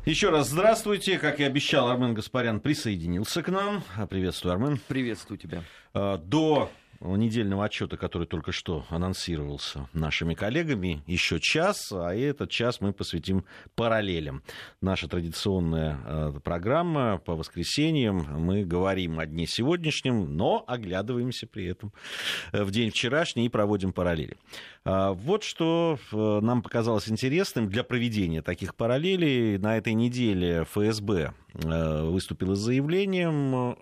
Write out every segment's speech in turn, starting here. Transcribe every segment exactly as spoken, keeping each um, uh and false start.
Еще раз здравствуйте. Как и обещал, Армен Гаспарян присоединился к нам. Приветствую, Армен. Приветствую тебя. До недельного отчета, который только что анонсировался нашими коллегами, еще час, а этот час мы посвятим параллелям. Наша традиционная программа по воскресеньям. Мы говорим о дне сегодняшнем, но оглядываемся при этом в день вчерашний и проводим параллели. Вот что нам показалось интересным для проведения таких параллелей. На этой неделе эф эс бэ выступила с заявлением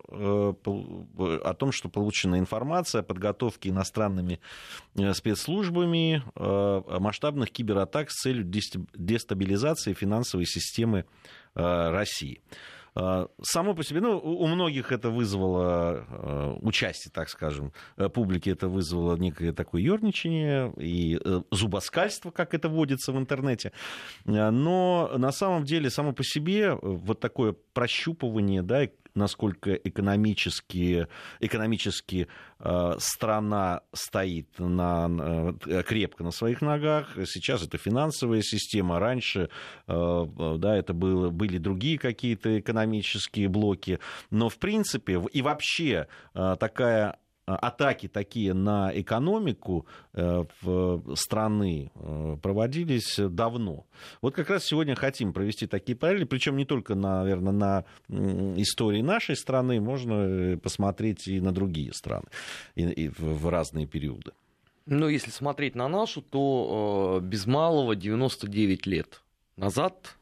о том, что получена информация о подготовке иностранными спецслужбами масштабных кибератак с целью дестабилизации финансовой системы России. Само по себе, ну, у многих это вызвало, участие, так скажем, публики это вызвало некое такое ерничание и зубоскальство, как это водится в интернете. Но на самом деле, само по себе, вот такое прощупывание, да, насколько экономически, экономически э, страна стоит на, э, крепко на своих ногах. Сейчас это финансовая система. Раньше э, да, это было, были другие какие-то экономические блоки. Но в принципе и вообще э, такая... атаки такие на экономику страны проводились давно. Вот как раз сегодня хотим провести такие параллели, причем не только, наверное, на истории нашей страны, можно посмотреть и на другие страны и, и в разные периоды. Ну, если смотреть на нашу, то без малого девяносто девять лет назад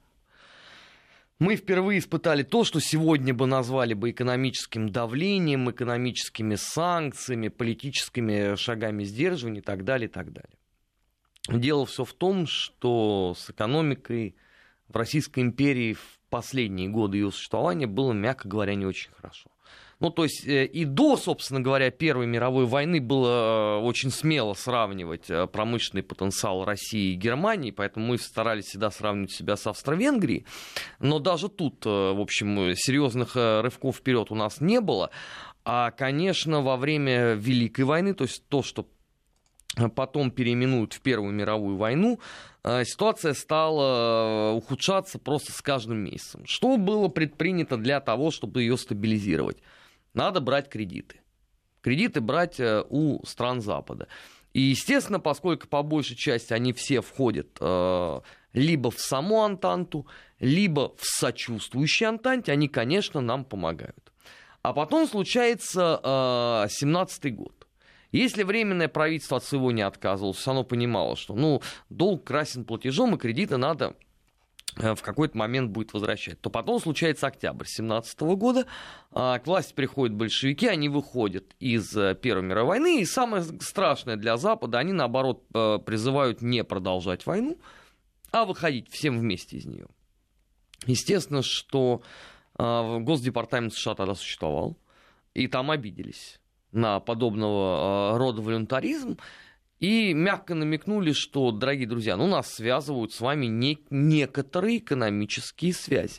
мы впервые испытали то, что сегодня бы назвали бы экономическим давлением, экономическими санкциями, политическими шагами сдерживания и так далее, и так далее. Дело все в том, что с экономикой в Российской империи в последние годы ее существования было, мягко говоря, не очень хорошо. Ну, то есть и до, собственно говоря, Первой мировой войны было очень смело сравнивать промышленный потенциал России и Германии, поэтому мы старались всегда сравнивать себя с Австро-Венгрией. Но даже тут, в общем, серьезных рывков вперед у нас не было. А, конечно, во время Великой войны, то есть то, что потом переименуют в Первую мировую войну, ситуация стала ухудшаться просто с каждым месяцем. Что было предпринято для того, чтобы ее стабилизировать? Надо брать кредиты. Кредиты брать у стран Запада. И, естественно, поскольку по большей части они все входят э, либо в саму Антанту, либо в сочувствующей Антанте, они, конечно, нам помогают. А потом случается семнадцатый год. Если Временное правительство от своего не отказывалось, оно понимало, что ну, долг красен платежом, и кредиты надо в какой-то момент будет возвращать, то потом случается октябрь семнадцатого года, к власти приходят большевики, они выходят из Первой мировой войны, и самое страшное для Запада, они, наоборот, призывают не продолжать войну, а выходить всем вместе из нее. Естественно, что Госдепартамент США тогда существовал, и там обиделись на подобного рода волюнтаризм, и мягко намекнули, что, дорогие друзья, ну, нас связывают с вами не, некоторые экономические связи.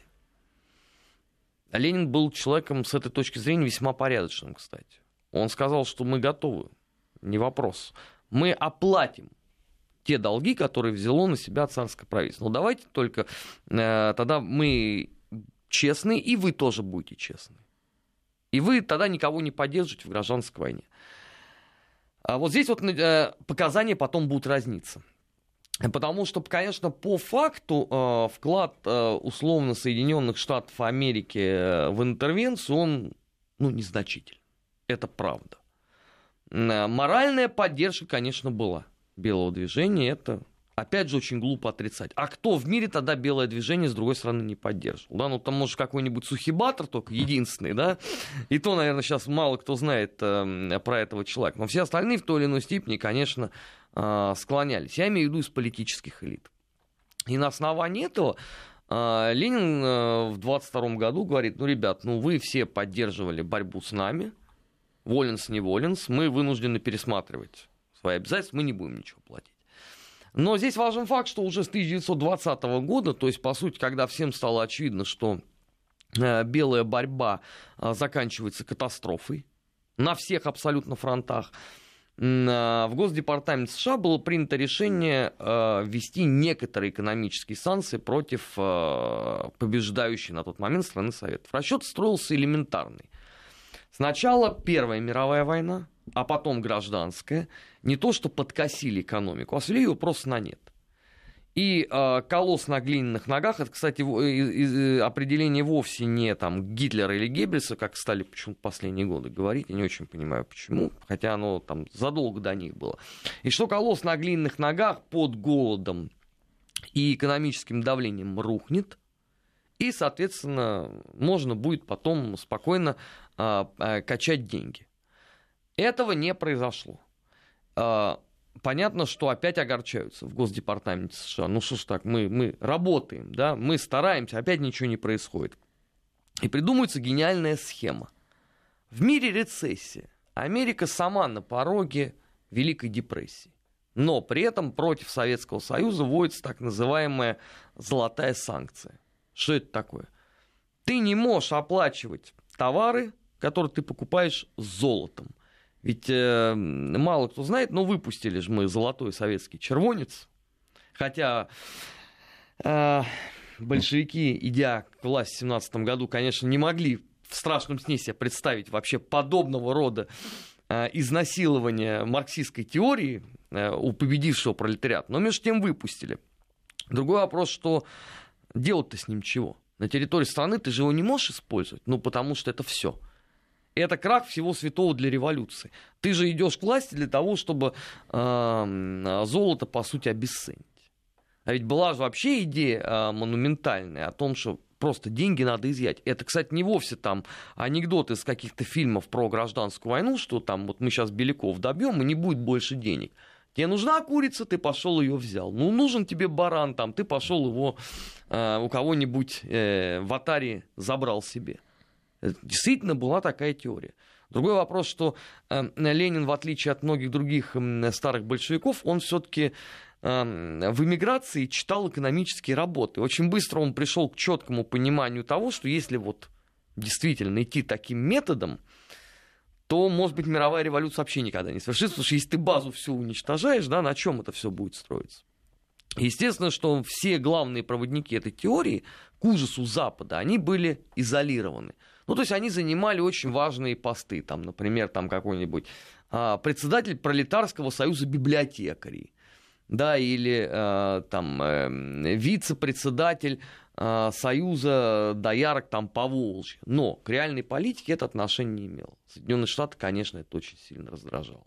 Ленин был человеком с этой точки зрения весьма порядочным, кстати. Он сказал, что мы готовы, не вопрос. Мы оплатим те долги, которые взяло на себя царское правительство. Но давайте только э, тогда мы честны, и вы тоже будете честны. И вы тогда никого не поддержите в гражданской войне. А вот здесь вот э, показания потом будут разниться. Потому что, конечно, по факту э, вклад э, условно Соединенных Штатов Америки э, в интервенцию, он ну, незначительный. Это правда. Э, моральная поддержка, конечно, была белого движения. Это, опять же, очень глупо отрицать. А кто в мире тогда белое движение, с другой стороны, не поддерживал? Да? Ну, там, может, какой-нибудь Сухибатор только единственный, да? И то, наверное, сейчас мало кто знает э, про этого человека. Но все остальные в той или иной степени, конечно, э, склонялись. Я имею в виду из политических элит. И на основании этого э, Ленин э, в двадцать втором году говорит, ну, ребят, ну, вы все поддерживали борьбу с нами, воленс-неволенс, мы вынуждены пересматривать свои обязательства, мы не будем ничего платить. Но здесь важен факт, что уже с тысяча девятьсот двадцатого года, то есть, по сути, когда всем стало очевидно, что э, белая борьба э, заканчивается катастрофой на всех абсолютно фронтах, в Госдепартаменте США было принято решение ввести некоторые экономические санкции против побеждающей на тот момент страны Советов. Расчет строился элементарный. Сначала Первая мировая война, а потом гражданская, не то что подкосили экономику, а свели ее просто на нет. И э, колосс на глиняных ногах, это, кстати, определение вовсе не там Гитлера или Геббельса, как стали почему-то последние годы говорить, я не очень понимаю почему, хотя оно там задолго до них было. И что колосс на глиняных ногах под голодом и экономическим давлением рухнет, и, соответственно, можно будет потом спокойно э, э, качать деньги. Этого не произошло. Э, Понятно, что опять огорчаются в Госдепартаменте США. Ну что ж так, мы, мы работаем, да, мы стараемся, опять ничего не происходит. И придумывается гениальная схема. В мире рецессия. Америка сама на пороге Великой депрессии. Но при этом против Советского Союза вводится так называемая золотая санкция. Что это такое? Ты не можешь оплачивать товары, которые ты покупаешь золотом. Ведь э, мало кто знает, но выпустили же мы золотой советский червонец. Хотя э, большевики, идя к власти в семнадцатом году, конечно, не могли в страшном сне себе представить вообще подобного рода э, изнасилования марксистской теории э, у победившего пролетариата. Но между тем выпустили. Другой вопрос, что делать-то с ним чего? На территории страны ты же его не можешь использовать, ну потому что это все. Это крах всего святого для революции. Ты же идешь к власти для того, чтобы э, золото, по сути, обесценить. А ведь была же вообще идея э, монументальная о том, что просто деньги надо изъять. Это, кстати, не вовсе там анекдот из каких-то фильмов про гражданскую войну, что там вот мы сейчас Беляков добьем, и не будет больше денег. Тебе нужна курица, ты пошел ее взял. Ну, нужен тебе баран, там, ты пошел его э, у кого-нибудь э, в атаре забрал себе. Действительно была такая теория. Другой вопрос, что э, Ленин, в отличие от многих других э, старых большевиков, он все-таки э, в эмиграции читал экономические работы. Очень быстро он пришел к четкому пониманию того, что если вот действительно идти таким методом, то, может быть, мировая революция вообще никогда не свершится, потому что если ты базу всю уничтожаешь, да, на чем это все будет строиться? Естественно, что все главные проводники этой теории к ужасу Запада, они были изолированы. Ну, то есть они занимали очень важные посты, там, например, там какой-нибудь а, председатель пролетарского союза библиотекарей, да, или а, там а, вице-председатель а, союза доярок там Поволжья. Но к реальной политике это отношение не имело. Соединенные Штаты, конечно, это очень сильно раздражало.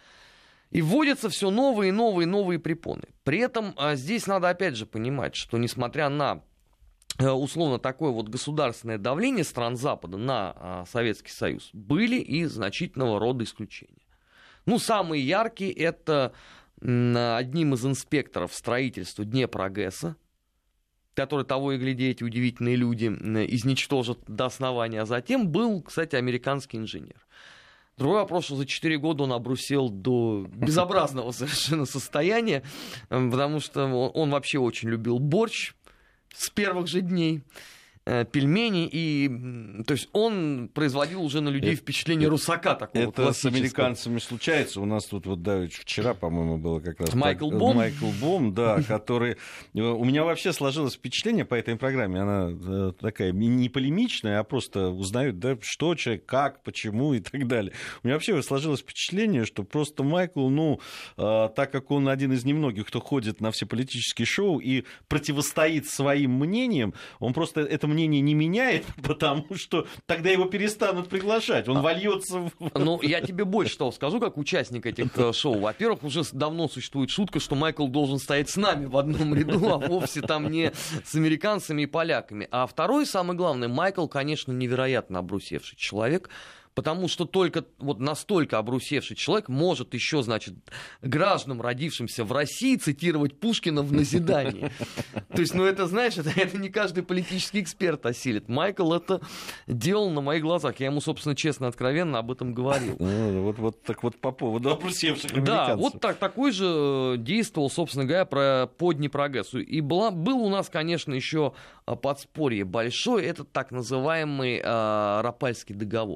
И вводятся все новые, и новые, и новые препоны. При этом а, здесь надо опять же понимать, что несмотря на условно такое вот государственное давление стран Запада на а, Советский Союз, были и значительного рода исключения. Ну, самые яркие — это м, одним из инспекторов строительства Днепрогэса, который, того и гляди, эти удивительные люди изничтожат до основания, а затем был, кстати, американский инженер. Другой вопрос, что за четыре года он обрусел до безобразного совершенно состояния, потому что он, он вообще очень любил борщ с первых же дней, пельмени, и то есть он производил уже на людей это, впечатление русака такого. Это с американцами случается. У нас тут вот да, вчера, по-моему, было как раз Майкл Бом, Майкл Бом, да, который... У меня вообще сложилось впечатление по этой программе, она такая не полемичная, а просто узнают, да, что человек, как, почему и так далее. У меня вообще сложилось впечатление, что просто Майкл, ну, так как он один из немногих, кто ходит на все политические шоу и противостоит своим мнениям, он просто это мнение не меняет, потому что тогда его перестанут приглашать. Он а, вольется в... Ну, я тебе больше того скажу, как участник этих шоу. Во-первых, уже давно существует шутка, что Майкл должен стоять с нами в одном ряду, а вовсе там не с американцами и поляками. А второй, самое главное, Майкл, конечно, невероятно обрусевший человек, потому что только вот настолько обрусевший человек может еще, значит, гражданам, родившимся в России, цитировать Пушкина в назидании. То есть, ну это, знаешь, это, это не каждый политический эксперт осилит. Майкл это делал на моих глазах. Я ему, собственно, честно, откровенно об этом говорил. Ну, вот, вот так вот по поводу обрусевших американцев. Да, вот так, такой же действовал, собственно говоря, про, по Днепрогэсу. И была, был у нас, конечно, еще подспорье большое. Это так называемый э, Раппальский договор. Это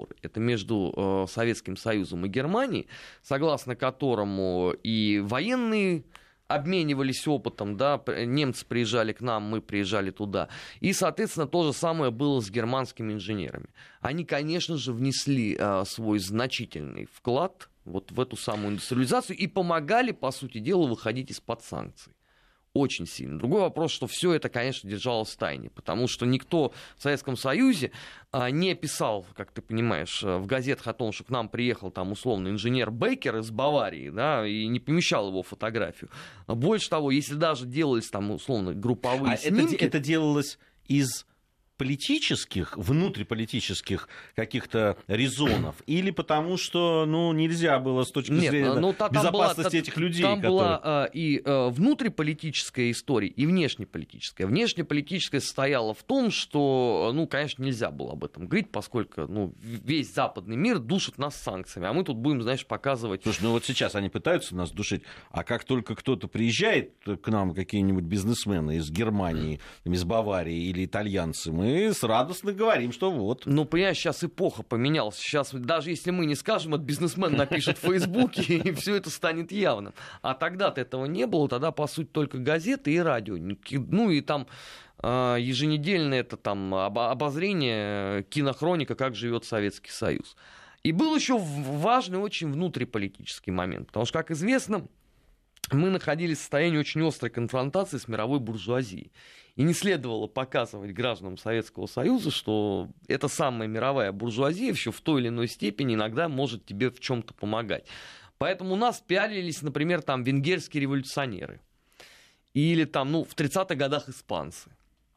между Советским Союзом и Германией, согласно которому и военные обменивались опытом, да, немцы приезжали к нам, мы приезжали туда. И, соответственно, то же самое было с германскими инженерами. Они, конечно же, внесли а, свой значительный вклад вот в эту самую индустриализацию и помогали, по сути дела, выходить из-под санкций. Очень сильно. Другой вопрос, что все это, конечно, держалось в тайне, потому что никто в Советском Союзе а, не писал, как ты понимаешь, в газетах о том, что к нам приехал там условно инженер Бейкер из Баварии, да, и не помещал его фотографию. Больше того, если даже делались там условно групповые а снимки... Это, это делалось из политических, внутриполитических каких-то резонов, или потому что, ну, нельзя было с точки Нет, зрения ну, та, безопасности была, этих людей, там которые... была а, и а, внутриполитическая история, и внешнеполитическая. Внешнеполитическая состояла в том, что, ну, конечно, нельзя было об этом говорить, поскольку, ну, весь западный мир душит нас санкциями, а мы тут будем, знаешь, показывать... Слушай, ну вот сейчас они пытаются нас душить, а как только кто-то приезжает к нам, какие-нибудь бизнесмены из Германии, из Баварии или итальянцы, мы мы радостно говорим, что вот. Ну, понимаешь, сейчас эпоха поменялась. Сейчас, даже если мы не скажем, этот бизнесмен напишет в Фейсбуке, и все это станет явным. А тогда-то этого не было. Тогда, по сути, только газеты и радио. Ну, и там еженедельно это там обозрение, кинохроника, как живет Советский Союз. И был еще важный очень внутриполитический момент. Потому что, как известно, мы находились в состоянии очень острой конфронтации с мировой буржуазией. И не следовало показывать гражданам Советского Союза, что эта самая мировая буржуазия еще в той или иной степени иногда может тебе в чем-то помогать. Поэтому у нас пялились, например, там венгерские революционеры. Или там, ну, в тридцатых годах испанцы.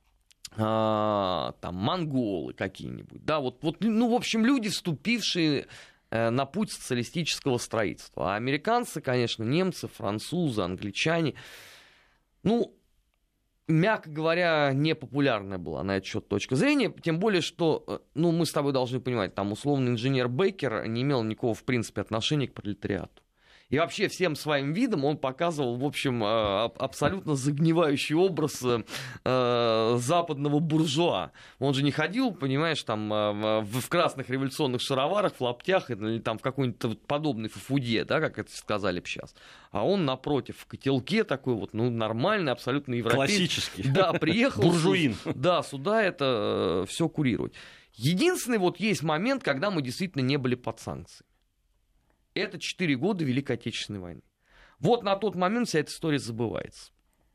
А, там монголы какие-нибудь. Да, вот, вот, ну, в общем, люди, вступившие на путь социалистического строительства. А американцы, конечно, немцы, французы, англичане, ну, мягко говоря, непопулярная была на этот счет точка зрения, тем более, что, ну, мы с тобой должны понимать, там условный инженер Бейкер не имел никакого, в принципе, отношения к пролетариату. И вообще всем своим видом он показывал, в общем, абсолютно загнивающий образ западного буржуа. Он же не ходил, понимаешь, там в красных революционных шароварах, в лаптях или там в какой-нибудь подобной фуфуде, да, как это сказали бы сейчас. А он, напротив, в котелке такой вот, ну, нормальный, абсолютно европейский. Классический. Да, приехал. Буржуин. Да, сюда это все курировать. Единственный вот есть момент, когда мы действительно не были под санкциями. Это четыре года Великой Отечественной войны. Вот на тот момент вся эта история забывается.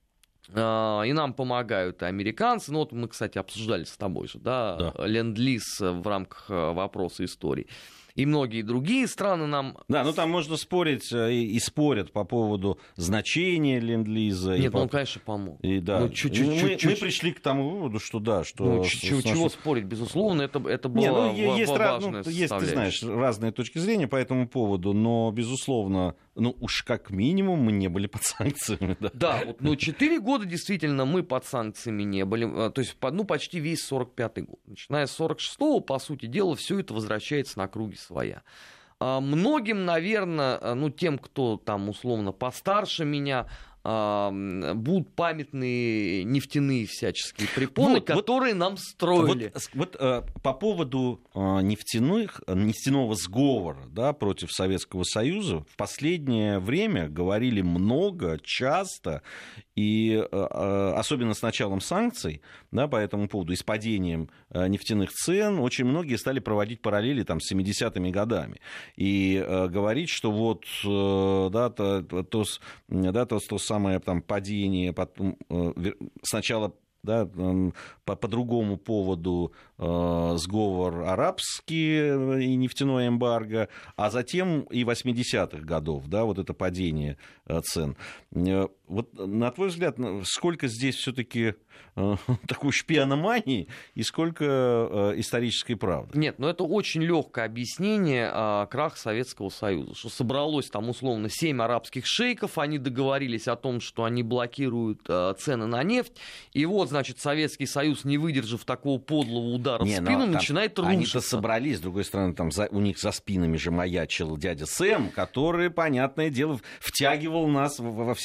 И нам помогают и американцы. Ну, вот мы, кстати, обсуждали с тобой же, да, да. Ленд-лиз в рамках вопроса истории. И многие другие страны нам... Да, ну там можно спорить и, и спорят по поводу значения ленд-лиза. Нет, по... он, конечно, помог. И, да. ну, чуть-чуть, мы, чуть-чуть. мы пришли к тому выводу, что да, что... Ну, чего, нашей... чего спорить, безусловно, это, это было Не, ну, в, есть, в, раз, важная ну, есть, ты знаешь, разные точки зрения по этому поводу, но, безусловно, ну уж как минимум мы не были под санкциями. Да, да вот, ну четыре года действительно мы под санкциями не были, то есть ну, почти весь сорок пятый год. Начиная с сорок шестого, по сути дела, все это возвращается на круги своя. Многим, наверное, ну, тем, кто там условно постарше меня, будут памятные нефтяные всяческие препоны, вот, которые вот, нам строили. Вот, вот по поводу нефтяных, нефтяного сговора, да, против Советского Союза в последнее время говорили много, часто, и особенно с началом санкций, да, по этому поводу, и с падением нефтяных цен, очень многие стали проводить параллели там, с семидесятыми годами. И говорить, что вот да, то, то, да, то, то самое там, падение, потом, сначала да, по, по другому поводу э, сговор арабский и нефтяное эмбарго, а затем и восьмидесятых годов, да, вот это падение э, цен. Э, вот на твой взгляд, сколько здесь все-таки э, такой шпиономании и сколько э, исторической правды? Нет, ну это очень легкое объяснение э, краха Советского Союза, что собралось там условно семь арабских шейков, они договорились о том, что они блокируют э, цены на нефть, и вот, значит, Советский Союз, не выдержав такого подлого удара не, в спину, начинает рушиться. Они-то собрались, с другой стороны, там за, у них за спинами же маячил дядя Сэм, который, понятное дело, втягивал нас во, во всякое дороговизну.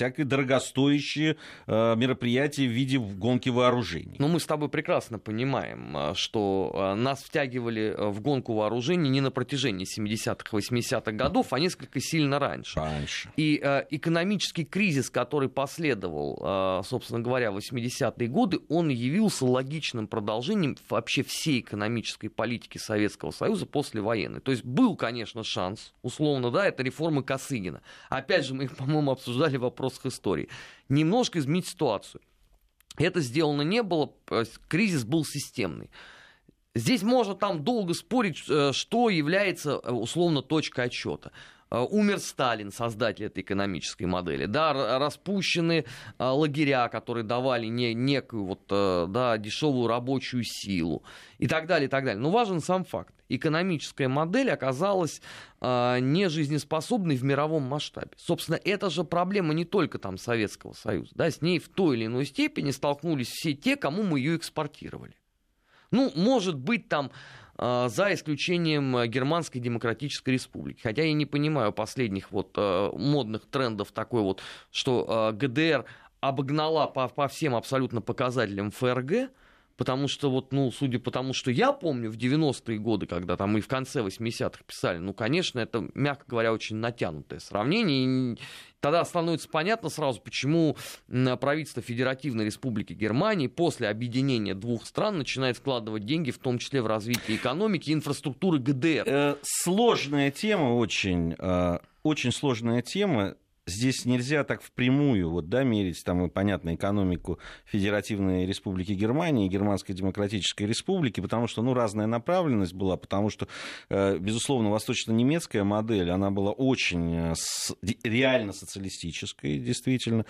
дорогостоящие мероприятия в виде гонки вооружений. Но мы с тобой прекрасно понимаем, что нас втягивали в гонку вооружений не на протяжении семидесятых, восьмидесятых годов, а несколько сильно раньше. Раньше. И экономический кризис, который последовал, собственно говоря, в восьмидесятые годы, он явился логичным продолжением вообще всей экономической политики Советского Союза послевоенной. То есть был, конечно, шанс, условно, да, это реформа Косыгина. Опять же, мы, по-моему, обсуждали в вопросах истории. Немножко изменить ситуацию. Это сделано не было, кризис был системный. Здесь можно там долго спорить, что является, условно, точкой отсчета. Умер Сталин, создатель этой экономической модели, да, распущены лагеря, которые давали не, некую вот, да, дешевую рабочую силу и так далее, и так далее. Но важен сам факт. Экономическая модель оказалась э, нежизнеспособной в мировом масштабе. Собственно, это же проблема не только там Советского Союза. Да, с ней в той или иной степени столкнулись все те, кому мы ее экспортировали. Ну, может быть, там, э, за исключением Германской Демократической Республики. Хотя я не понимаю последних вот э, модных трендов такой вот, что э, ГДР обогнала по, по всем абсолютно показателям ФРГ. Потому что, вот, ну, судя по тому, что я помню в девяностые годы, когда там и в конце восьмидесятых писали, ну, конечно, это, мягко говоря, очень натянутое сравнение. И тогда становится понятно сразу, почему правительство Федеративной Республики Германии после объединения двух стран начинает вкладывать деньги, в том числе в развитие экономики и инфраструктуры ГДР. Сложная тема очень, очень сложная тема. Здесь нельзя так впрямую вот, да, мерить, там, понятно, экономику Федеративной Республики Германии и Германской Демократической Республики, потому что, ну, разная направленность была, потому что, безусловно, восточно-немецкая модель, она была очень реально социалистической, действительно.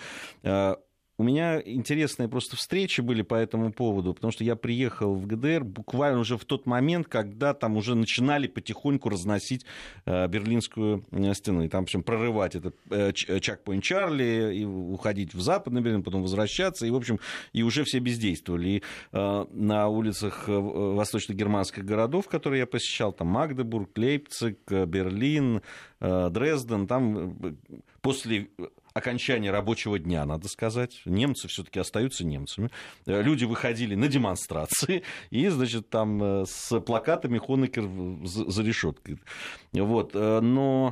У меня интересные просто встречи были по этому поводу, потому что я приехал в ГДР буквально уже в тот момент, когда там уже начинали потихоньку разносить э, Берлинскую стену. И там, в общем, прорывать этот э, Чакпоинт Чарли, и уходить в Западный Берлин, потом возвращаться. И, в общем, и уже все бездействовали. И э, на улицах восточно-германских городов, которые я посещал, там Магдебург, Лейпциг, Берлин, э, Дрезден, там после окончания рабочего дня, надо сказать, немцы все-таки остаются немцами. Люди выходили на демонстрации и, значит, там с плакатами «Хонекер за решеткой». Вот. Но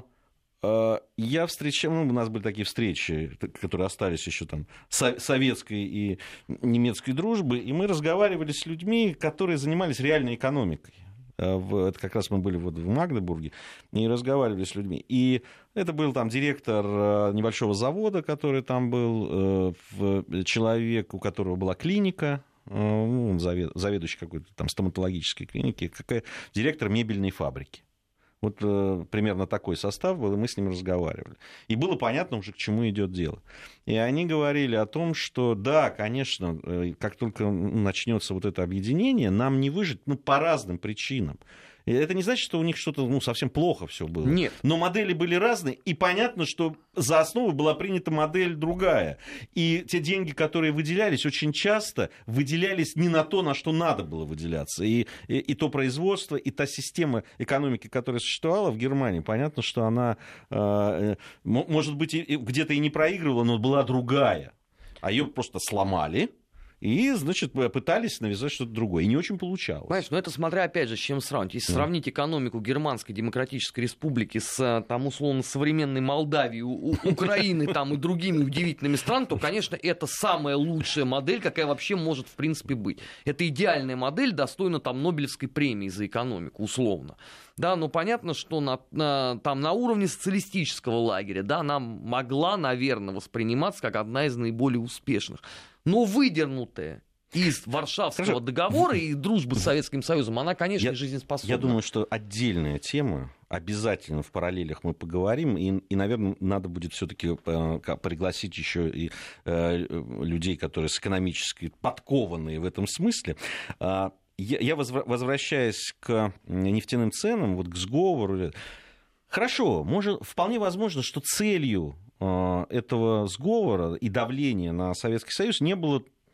я встречал, ну, у нас были такие встречи, которые остались еще там советской и немецкой дружбы, и мы разговаривали с людьми, которые занимались реальной экономикой. Это как раз мы были вот в Магдебурге и разговаривали с людьми. И это был там директор небольшого завода, который там был, человек, у которого была клиника, ну, заведующий какой-то там стоматологической клиники, какая, директор мебельной фабрики. Вот э, примерно такой состав был, и мы с ним разговаривали. И было понятно уже, к чему идет дело. И они говорили о том, что да, конечно, э, как только начнется вот это объединение, нам не выжить, ну, по разным причинам. И это не значит, что у них что-то, ну, совсем плохо все было. Нет. Но модели были разные, и понятно, что за основу была принята модель другая. И те деньги, которые выделялись, очень часто выделялись не на то, на что надо было выделяться. И, и, и то производство, и та система экономики, которая существовала в Германии, понятно, что она, э, может быть, и, где-то и не проигрывала, но была другая. А ее просто сломали. И, значит, пытались навязать что-то другое. И не очень получалось. Знаешь, ну это смотря, опять же, с чем сравнить. Если да. сравнить экономику Германской Демократической Республики с, там, условно, современной Молдавией, у, Украины там, и другими удивительными странами, то, конечно, это самая лучшая модель, какая вообще может, в принципе, быть. Это идеальная модель, достойна там Нобелевской премии за экономику, условно. Да, но понятно, что на, на, там, на уровне социалистического лагеря, да, она могла, наверное, восприниматься как одна из наиболее успешных. Но выдернутая из Варшавского Хорошо. договора и дружбы с Советским Союзом, она, конечно, я, жизнеспособна. Я думаю, что отдельная тема, обязательно в параллелях мы поговорим, и, и наверное, надо будет все-таки э, пригласить еще и э, людей, которые с экономически подкованные в этом смысле. Э, я, я возвра- возвращаясь к нефтяным ценам, вот к сговору, хорошо, может, вполне возможно, что целью этого сговора и давления на Советский Союз не было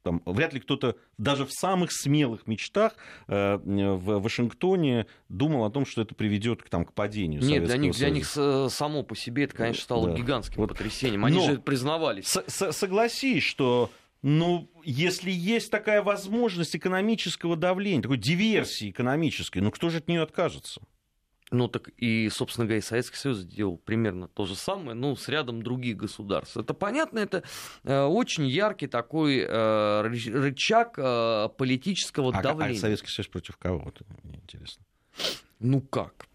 там, вряд ли кто-то даже в самых смелых мечтах э, в Вашингтоне думал о том, что это приведет к, там, к падению Нет, Советского для них, для Союза. них само по себе это, конечно, стало да. гигантским вот. потрясением. Они Но же признавались. С- с- согласись, что ну, если есть такая возможность экономического давления, такой диверсии экономической, ну кто же от нее откажется? Ну, так и, собственно говоря, и Советский Союз сделал примерно то же самое, ну, с рядом других государств. Это понятно, это э, очень яркий такой э, рычаг э, политического а, давления. А Советский Союз против кого? Вот, мне интересно. Ну как?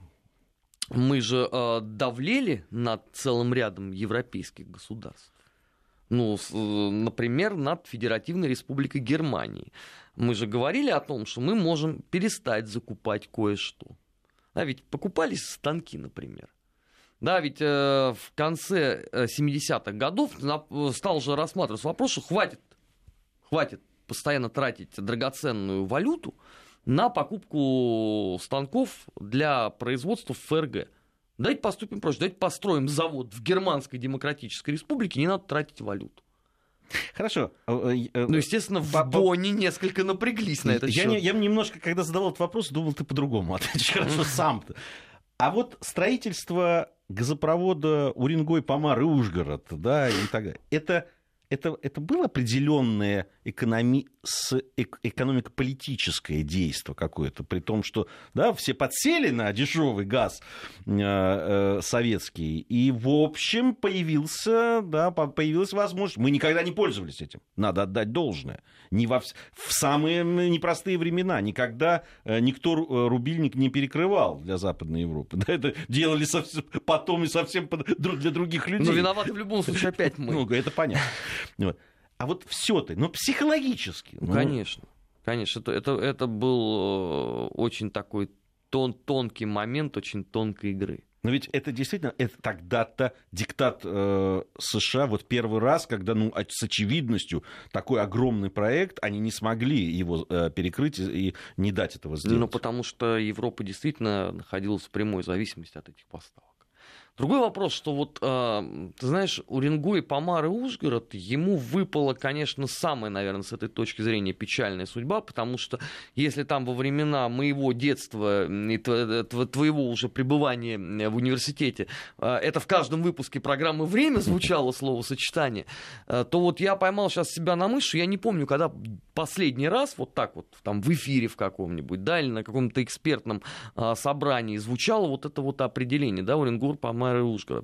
Мы же э, давлели над целым рядом европейских государств. Ну, с, например, над Федеративной Республикой Германии. Мы же говорили о том, что мы можем перестать закупать кое-что. Да, ведь покупались станки, например. Да, ведь э, в конце семидесятых годов стал же рассматриваться вопрос, что хватит, хватит постоянно тратить драгоценную валюту на покупку станков для производства в ФРГ. Давайте поступим проще, давайте построим завод в Германской Демократической Республике, не надо тратить валюту. Хорошо. Ну, естественно, в Бонне несколько напряглись на этот я, счет. Не, я немножко, когда задавал этот вопрос, думал, ты по-другому ответишь. Хорошо, сам-то. А вот строительство газопровода Уренгой, Помар и Ужгород, да, и так далее, это, это, это было определенное экономи... экономико-политическое действие какое-то, при том, что да, все подсели на дешевый газ э, э, советский, и, в общем, появился, да, появилась возможность. Мы никогда не пользовались этим, надо отдать должное. Не во... В самые непростые времена никогда никто рубильник не перекрывал для Западной Европы. Да, это делали совсем... потом и совсем для других людей. Но виноваты в любом случае опять мы. Ну, это понятно. Вот. А вот все-то, ну, психологически. Ну, конечно, конечно. Это, это, это был очень такой тон, тонкий момент, очень тонкой игры. Но ведь это действительно, это тогда-то диктат э, США, вот первый раз, когда, ну, с очевидностью такой огромный проект, они не смогли его э, перекрыть и, и не дать этого сделать. Ну, потому что Европа действительно находилась в прямой зависимости от этих поставок. Другой вопрос, что вот, э, ты знаешь, Уренгой, Помар и Ужгород, ему выпала, конечно, самая, наверное, с этой точки зрения печальная судьба, потому что если там во времена моего детства и твоего уже пребывания в университете, э, это в каждом выпуске программы «Время» звучало словосочетание, э, то вот я поймал сейчас себя на мысли, я не помню, когда последний раз вот так вот там в эфире в каком-нибудь, да, или на каком-то экспертном э, собрании звучало вот это вот определение, да, Уренгой, Помар и Ужгород.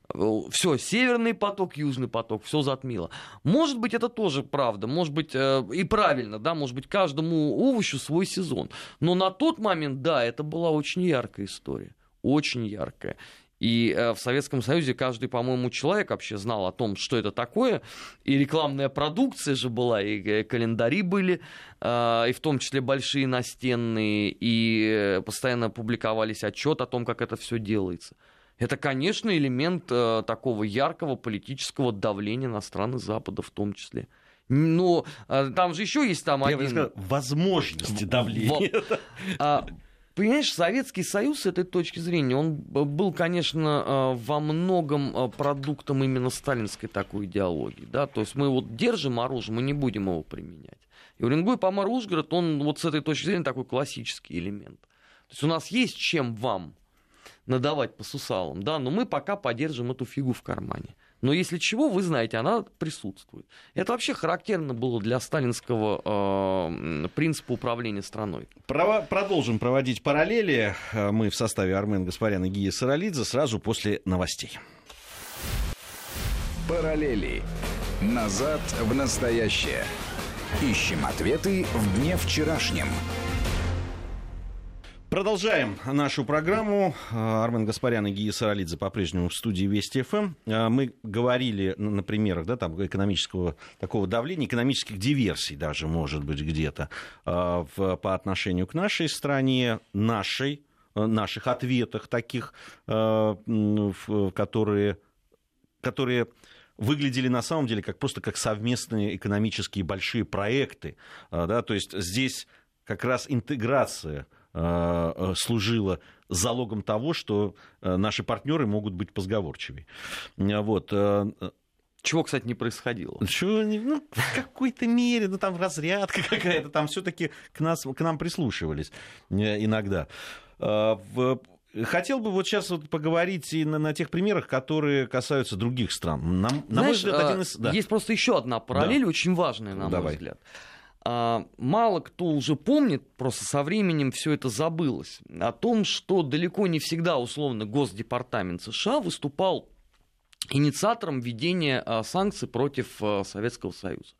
Все, Северный поток, Южный поток, все затмило. Может быть, это тоже правда, может быть, э, и правильно, да, может быть, каждому овощу свой сезон. Но на тот момент, да, это была очень яркая история, очень яркая. И э, в Советском Союзе каждый, по-моему, человек вообще знал о том, что это такое. И рекламная продукция же была, и календари были, э, и в том числе большие настенные, и постоянно публиковались отчеты о том, как это все делается. Это, конечно, элемент э, такого яркого политического давления на страны Запада в том числе. Но э, там же еще есть там Я один... бы сказал, возможности давления. В... А, понимаешь, Советский Союз с этой точки зрения, он был, конечно, во многом продуктом именно сталинской такой идеологии. Да? То есть мы вот держим оружие, мы не будем его применять. И Уренгой, Помар, Ужгород, он вот с этой точки зрения такой классический элемент. То есть у нас есть чем вам надавать по сусалам, да, но мы пока поддержим эту фигу в кармане. Но если чего, вы знаете, она присутствует. Это вообще характерно было для сталинского э, принципа управления страной. Про- продолжим проводить параллели. Мы в составе Армен Гаспарян и Гия Саралидзе сразу после новостей. Параллели. Назад в настоящее. Ищем ответы в дне вчерашнем. Продолжаем нашу программу. Армен Гаспарян и Гия Саралидзе по-прежнему в студии Вести ФМ. Мы говорили на примерах, да, там, экономического такого давления, экономических диверсий даже, может быть, где-то в, по отношению к нашей стране, нашей, наших ответах таких, которые, которые выглядели на самом деле как, просто как совместные экономические большие проекты. Да, то есть здесь как раз интеграция служила залогом того, что наши партнеры могут быть позговорчивее. Вот. Чего, кстати, не происходило. Чего, ну, в какой-то мере, ну, там разрядка какая-то, там все-таки к, нас, к нам прислушивались иногда. Хотел бы вот сейчас вот поговорить и на, на тех примерах, которые касаются других стран. На, Знаешь, на мой взгляд, один из... Да. Есть просто еще одна параллель, да. очень важная, на Давай. мой взгляд. Мало кто уже помнит, просто со временем все это забылось, о том, что далеко не всегда, условно, Госдепартамент США выступал инициатором введения санкций против Советского Союза.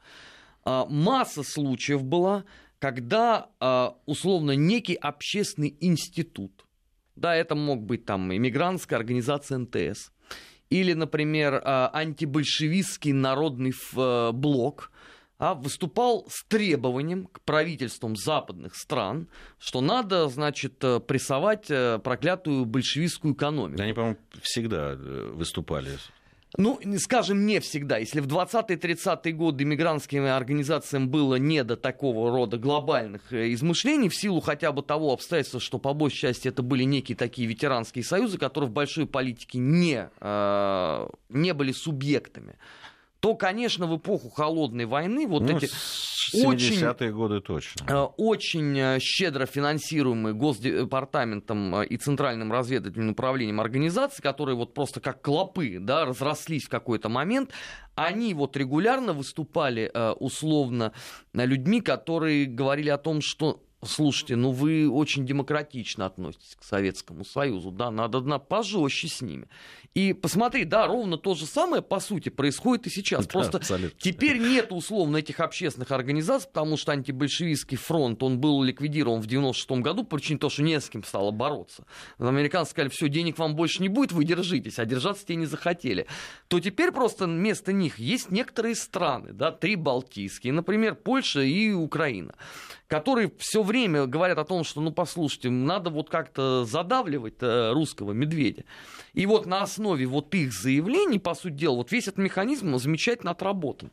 Масса случаев была, когда, условно, некий общественный институт, да, это мог быть там иммигрантская организация эн тэ эс, или, например, антибольшевистский народный блок, а, выступал с требованием к правительствам западных стран, что надо, значит, прессовать проклятую большевистскую экономику. Они, по-моему, всегда выступали. Ну, скажем, не всегда. Если в двадцатые-тридцатые годы иммигрантским организациям было не до такого рода глобальных измышлений, в силу хотя бы того обстоятельства, что по большей части это были некие такие ветеранские союзы, которые в большой политике не, э, не были субъектами, то, конечно, в эпоху холодной войны вот ну, эти семидесятые годы точно. Очень щедро финансируемые Госдепартаментом и Центральным разведывательным управлением организации, которые вот просто как клопы, да, разрослись в какой-то момент, они вот регулярно выступали условно людьми, которые говорили о том, что слушайте, ну вы очень демократично относитесь к Советскому Союзу, да, надо, надо пожестче с ними. И посмотри, да, ровно то же самое, по сути, происходит и сейчас. Да, просто абсолютно. Теперь нет условно этих общественных организаций, потому что антибольшевистский фронт, он был ликвидирован в девяносто шестом году по причине того, что не с кем стало бороться. Американцы сказали, все, денег вам больше не будет, вы держитесь, а держаться те не захотели. То теперь просто вместо них есть некоторые страны, да, три балтийские, например, Польша и Украина, которые все время говорят о том, что, ну, послушайте, надо вот как-то задавливать русского медведя. И вот на основе вот их заявлений, по сути дела, вот весь этот механизм замечательно отработан.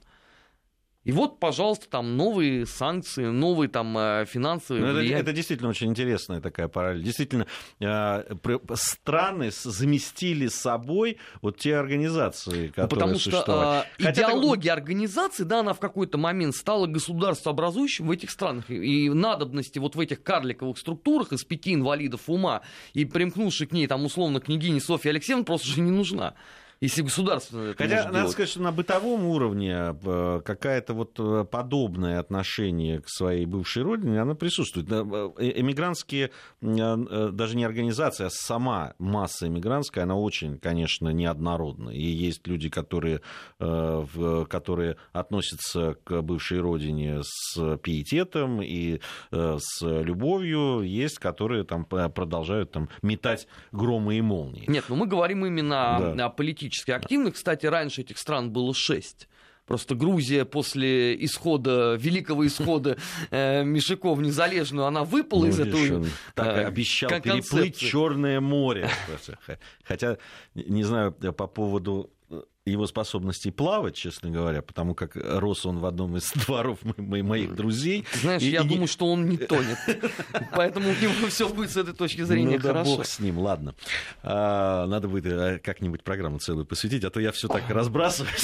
И вот, пожалуйста, там новые санкции, новые там финансовые влияния. Это, это действительно очень интересная такая параллель. Действительно, страны заместили собой вот те организации, которые Потому существовали. что э, идеология так... организации, да, она в какой-то момент стала государствообразующей в этих странах. И надобности вот в этих карликовых структурах из пяти инвалидов ума и примкнувшей к ней, там, условно, княгине Софьи Алексеевны просто же не нужна. Если государство... Хотя, надо делать. сказать, что на бытовом уровне какое-то вот подобное отношение к своей бывшей родине, оно присутствует. Эмигрантские, даже не организации, а сама масса эмигрантская, она очень, конечно, неоднородна. И есть люди, которые, которые относятся к бывшей родине с пиететом и с любовью, есть, которые там продолжают там, метать громы и молнии. Нет, ну мы говорим именно да. о политических активных. Кстати, раньше этих стран было шесть. Просто Грузия после исхода, великого исхода э, Мишакова в Незалежную, она выпала ну, из этого. Так э, обещал переплыть Черное море. Хотя, не знаю, по поводу его способностей плавать, честно говоря, потому как рос он в одном из дворов моих друзей. Знаешь, и, я и... думаю, что он не тонет. Поэтому у него все будет с этой точки зрения ну, хорошо. Да бог с ним, ладно. А, надо будет как-нибудь программу целую посвятить, а то я все так разбрасываюсь.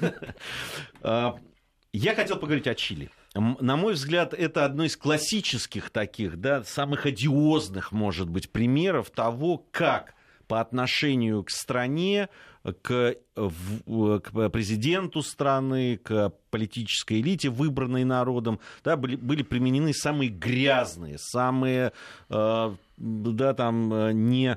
Я хотел поговорить о Чили. На мой взгляд, это одно из классических таких, да, самых одиозных, может быть, примеров того, как по отношению к стране, к, к президенту страны, к политической элите, выбранной народом, да, были, были применены самые грязные, самые э, да, там, не...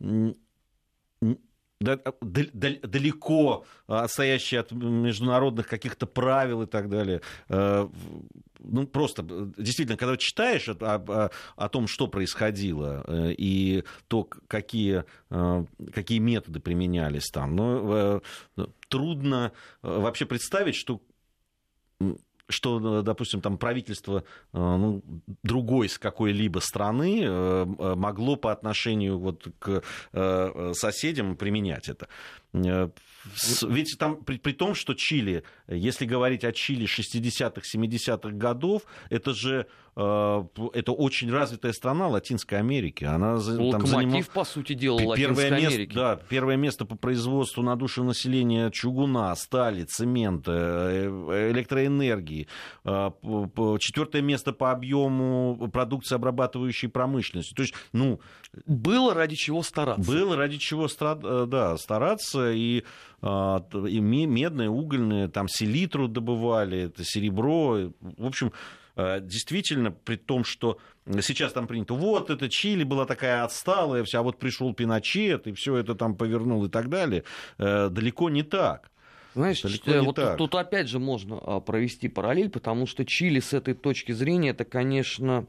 далеко отстоящие от международных каких-то правил и так далее. Ну, просто, действительно, когда читаешь о, о, о том, что происходило, и то, какие, какие методы применялись там, ну, трудно вообще представить, что... что, допустим, там правительство ну, другой с какой-либо страны могло по отношению вот к соседям применять это. Ведь там при, при том, что Чили, если говорить о Чили шестидесятых, семидесятых годов, это же э, это очень развитая страна Латинской Америки. Она Локомотив, там занимала... по сути дела, первое Латинской место, Америки. Да, первое место по производству на душу населения чугуна, стали, цемента, электроэнергии. Четвертое место по объему продукции обрабатывающей промышленности. То есть, ну... Было ради чего стараться. Было ради чего да, стараться. И, и медное, угольное, там селитру добывали, это серебро. В общем, действительно, при том, что сейчас там принято, вот это Чили была такая отсталая, вся, а вот пришел Пиночет, и все это там повернул и так далее. Далеко не так. Знаешь, вот тут, тут опять же можно провести параллель, потому что Чили с этой точки зрения, это, конечно,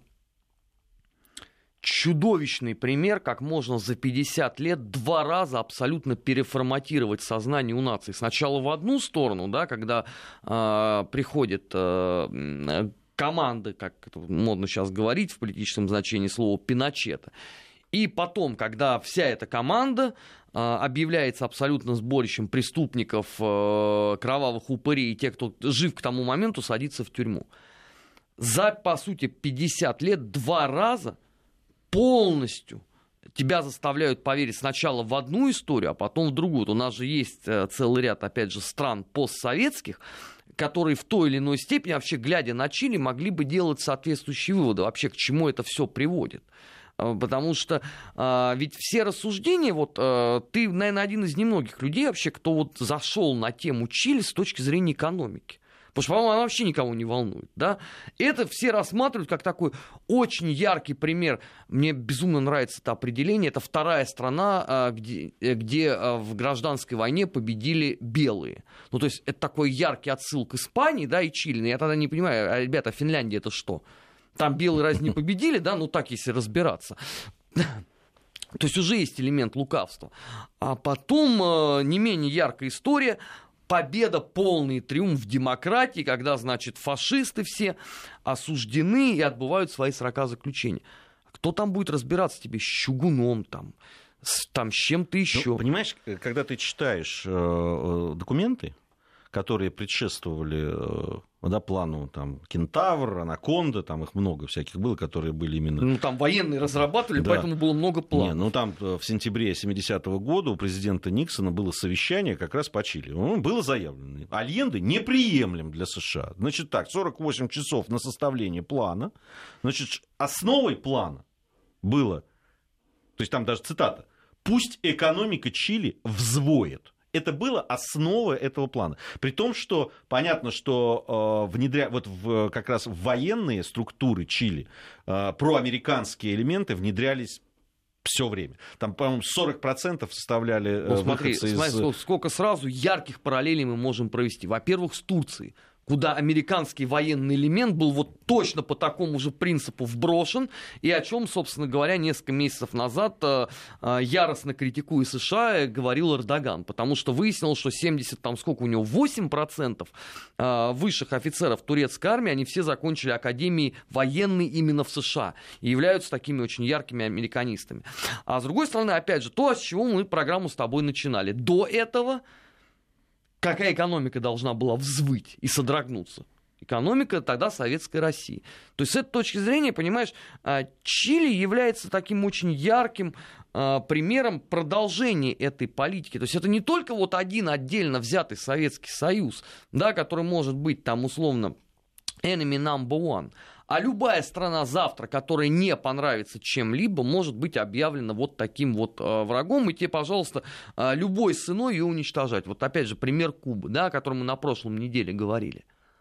чудовищный пример, как можно за пятьдесят лет два раза абсолютно переформатировать сознание у нации. Сначала в одну сторону, да, когда э, приходит э, команда, как это модно сейчас говорить в политическом значении слова, Пиночета. И потом, когда вся эта команда э, объявляется абсолютно сборищем преступников, э, кровавых упырей, и тех, кто жив к тому моменту, садится в тюрьму. За, по сути, пятьдесят лет два раза полностью тебя заставляют поверить сначала в одну историю, а потом в другую. У нас же есть целый ряд, опять же, стран постсоветских, которые в той или иной степени, вообще глядя на Чили, могли бы делать соответствующие выводы. Вообще, к чему это все приводит. Потому что а, ведь все рассуждения, вот а, ты, наверное, один из немногих людей вообще, кто вот зашел на тему Чили с точки зрения экономики. Потому что, по-моему, она вообще никого не волнует. Да? Это все рассматривают как такой очень яркий пример. Мне безумно нравится это определение. Это вторая страна, где, где в гражданской войне победили белые. Ну, то есть это такой яркий отсыл к Испании, да, и Чили. Я тогда не понимаю, а, ребята, Финляндия это что? Там белые разве не победили? Да, ну так, если разбираться. То есть уже есть элемент лукавства. А потом не менее яркая история. Победа, полный триумф демократии, когда, значит, фашисты все осуждены и отбывают свои срока заключения. Кто там будет разбираться тебе с чугуном, там, с, там, с чем-то еще? Ну, понимаешь, когда ты читаешь э, документы, которые предшествовали э, да, плану там, Кентавр, Анаконда, там их много всяких было, которые были именно... Ну, там военные разрабатывали, да. Поэтому было много планов. Не, ну, там в сентябре семидесятого года у президента Никсона было совещание как раз по Чили. Ну, было заявлено, Альенде неприемлем для США. Значит так, сорок восемь часов на составление плана. Значит, основой плана было, то есть там даже цитата, «Пусть экономика Чили взвоет». Это было основой этого плана. При том, что понятно, что э, внедря... вот в, как раз в военные структуры Чили э, проамериканские элементы внедрялись все время. Там, по-моему, сорок процентов составляли э, ну, смотри, выходцы смотри, из... сколько сразу ярких параллелей мы можем провести. Во-первых, с Турцией, куда американский военный элемент был вот точно по такому же принципу вброшен, и о чем, собственно говоря, несколько месяцев назад, э, э, яростно критикуя США, говорил Эрдоган, потому что выяснилось, что семьдесят, там сколько у него, восемь процентов э, высших офицеров турецкой армии, они все закончили академии военной именно в США, и являются такими очень яркими американистами. А с другой стороны, опять же, то, с чего мы программу с тобой начинали. До этого какая экономика должна была взвыть и содрогнуться? Экономика тогда Советской России. То есть с этой точки зрения, понимаешь, Чили является таким очень ярким примером продолжения этой политики. То есть это не только вот один отдельно взятый Советский Союз, да, который может быть там условно enemy number one, а любая страна завтра, которая не понравится чем-либо, может быть объявлена вот таким вот э, врагом, и тебе, пожалуйста, э, любой ценой ее уничтожать. Вот опять же пример Кубы, да, о котором мы на прошлом неделе говорили.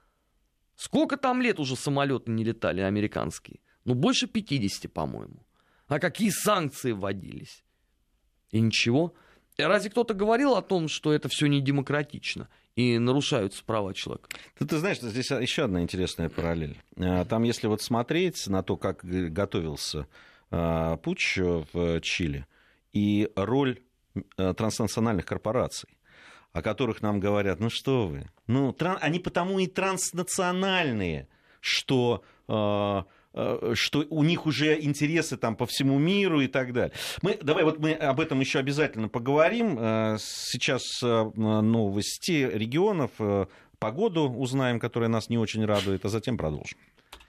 Сколько там лет уже самолеты не летали американские? Ну, больше пятьдесят, по-моему. А какие санкции вводились? И ничего. Разве кто-то говорил о том, что это все не демократично и нарушаются права человека? Ты, ты знаешь, здесь еще одна интересная параллель. Там, если вот смотреть на то, как готовился uh, путч в Чили, и роль uh, транснациональных корпораций, о которых нам говорят, ну что вы, ну, тран... они потому и транснациональные, что uh, что у них уже интересы там по всему миру и так далее. Мы, давай вот мы об этом еще обязательно поговорим. Сейчас новости регионов, погоду узнаем, которая нас не очень радует, а затем продолжим.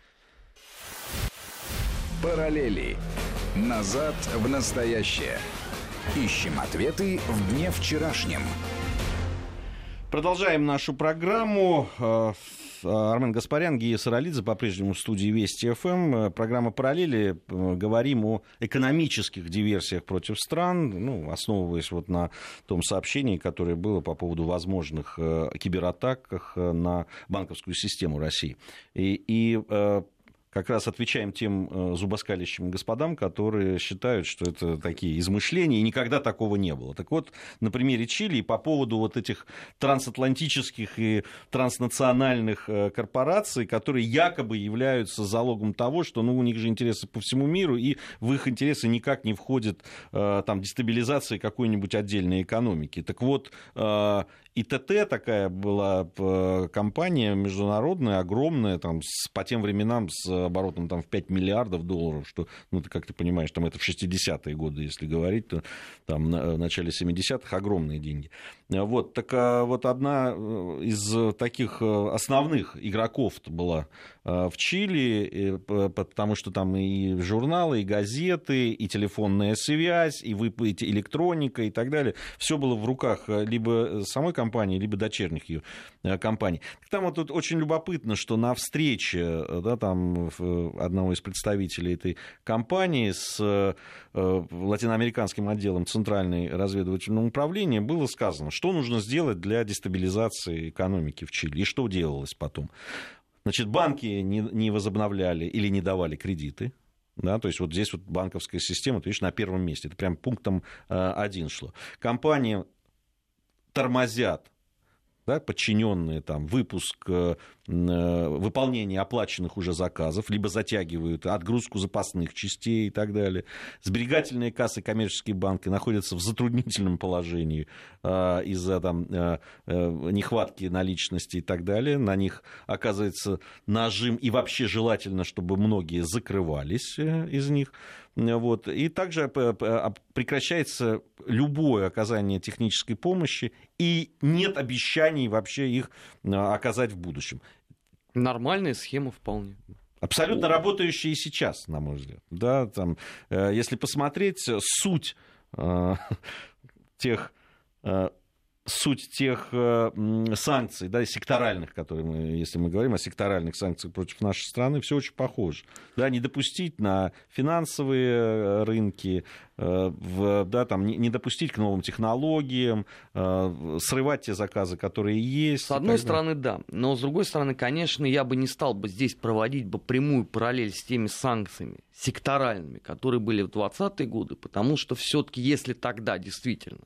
Параллели. Назад в настоящее. Ищем ответы в дне вчерашнем. Продолжаем нашу программу. Армен Гаспарян, Гия Саралидзе по-прежнему в студии Вести ФМ. Программа «Параллели». Говорим о экономических диверсиях против стран, ну, основываясь вот на том сообщении, которое было по поводу возможных кибератак на банковскую систему России. И, и как раз отвечаем тем зубоскалящим господам, которые считают, что это такие измышления, и никогда такого не было. Так вот, на примере Чили по поводу вот этих трансатлантических и транснациональных корпораций, которые якобы являются залогом того, что ну, у них же интересы по всему миру, и в их интересы никак не входит там, дестабилизация какой-нибудь отдельной экономики. Так вот, ИТТ такая была компания международная, огромная, там, с, по тем временам с оборотом там, в пять миллиардов долларов, что, ну, ты, как ты понимаешь, там, это в шестидесятые годы, если говорить, то там, в начале семидесятых огромные деньги. Вот, так вот одна из таких основных игроков была в Чили, потому что там и журналы, и газеты, и телефонная связь, и электроника и так далее. Все было в руках либо самой компании, либо дочерних ее компаний. Там вот тут очень любопытно, что на встрече, да, там, одного из представителей этой компании с латиноамериканским отделом Центральной разведывательного управления было сказано, что нужно сделать для дестабилизации экономики в Чили, и что делалось потом. Значит, банки не, не возобновляли или не давали кредиты. Да, то есть вот здесь вот банковская система, ты видишь, на первом месте. Это прям пунктом э, один шло. Компании тормозят, да, подчиненные там, выпуск, э, выполнение оплаченных уже заказов, либо затягивают отгрузку запасных частей и так далее. Сберегательные кассы, коммерческие банки находятся в затруднительном положении э, из-за там, э, э, нехватки наличности и так далее. На них оказывается нажим, и вообще желательно, чтобы многие закрывались э, из них. Вот. И также прекращается любое оказание технической помощи, и нет обещаний вообще их оказать в будущем. Нормальная схема вполне. Абсолютно работающая и сейчас, на мой взгляд. Да, там, если посмотреть суть э, тех... Э, суть тех э, санкций, да, секторальных, которые мы, если мы говорим о секторальных санкциях против нашей страны, все очень похоже. Да, не допустить на финансовые рынки, э, в, да, там, не, не допустить к новым технологиям, э, срывать те заказы, которые есть. С одной стороны, да. Но с другой стороны, конечно, я бы не стал бы здесь проводить бы прямую параллель с теми санкциями секторальными, которые были в двадцатые годы, потому что все-таки, если тогда действительно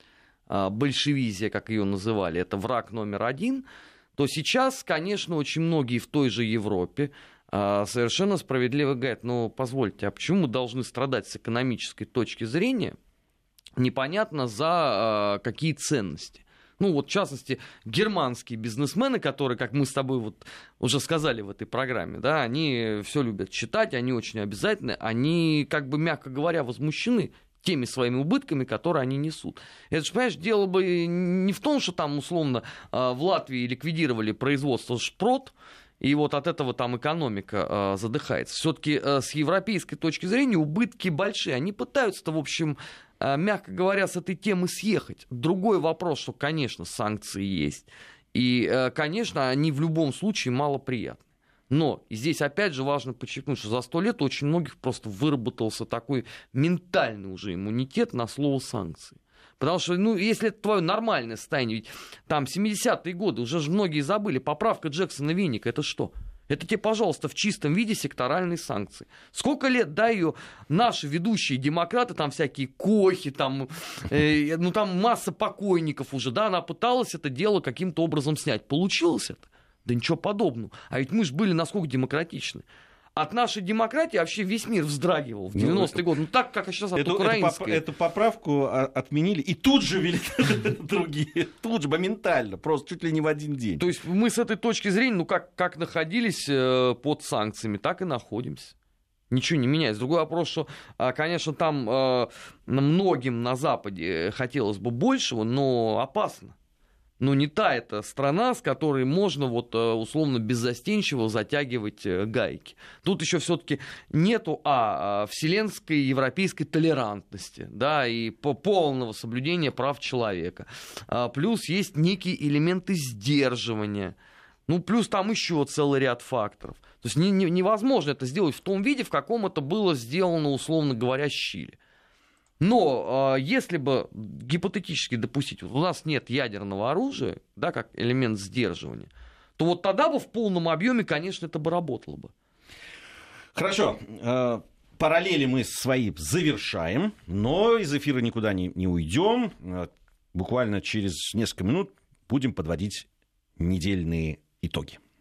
большевизия, как ее называли, это враг номер один, то сейчас, конечно, очень многие в той же Европе совершенно справедливо говорят, ну, позвольте, а почему мы должны страдать с экономической точки зрения, непонятно за какие ценности. Ну, вот, в частности, германские бизнесмены, которые, как мы с тобой вот уже сказали в этой программе, да, они все любят читать, они очень обязательны, они, как бы, мягко говоря, возмущены теми своими убытками, которые они несут. Это же, понимаешь, дело бы не в том, что там, условно, в Латвии ликвидировали производство шпрот, и вот от этого там экономика задыхается. Все-таки с европейской точки зрения убытки большие. Они пытаются-то, в общем, мягко говоря, с этой темы съехать. Другой вопрос, что, конечно, санкции есть. И, конечно, они в любом случае малоприятны. Но здесь опять же важно подчеркнуть, что за сто лет у очень многих просто выработался такой ментальный уже иммунитет на слово санкции. Потому что, ну, если это твое нормальное состояние, ведь там семидесятые годы, уже же многие забыли, поправка Джексона-Винника, это что? Это тебе, пожалуйста, в чистом виде секторальные санкции. Сколько лет, да, ее наши ведущие демократы, там всякие Кохи, там, э, ну, там масса покойников уже, да, она пыталась это дело каким-то образом снять. Получилось это? Да ничего подобного. А ведь мы же были насколько демократичны. От нашей демократии вообще весь мир вздрагивал в девяностые годы. Ну так, как сейчас от эту, украинской. Эту, эту поправку отменили и тут же ввели другие. Тут же, моментально, просто чуть ли не в один день. То есть мы с этой точки зрения, ну как, как находились под санкциями, так и находимся. Ничего не меняется. Другой вопрос, что, конечно, там многим на Западе хотелось бы большего, но опасно. Но не та эта страна, с которой можно вот условно беззастенчиво затягивать гайки. Тут еще все-таки нету а, вселенской европейской толерантности, да, и полного соблюдения прав человека. А, плюс есть некие элементы сдерживания. Ну, плюс там еще целый ряд факторов. То есть не, не, невозможно это сделать в том виде, в каком это было сделано, условно говоря, с Чили. Но э, если бы гипотетически допустить, вот у нас нет ядерного оружия, да, как элемент сдерживания, то вот тогда бы в полном объеме, конечно, это бы работало бы. Хорошо. Э, параллели мы свои завершаем, но из эфира никуда не, не уйдем. Э, буквально через несколько минут будем подводить недельные итоги.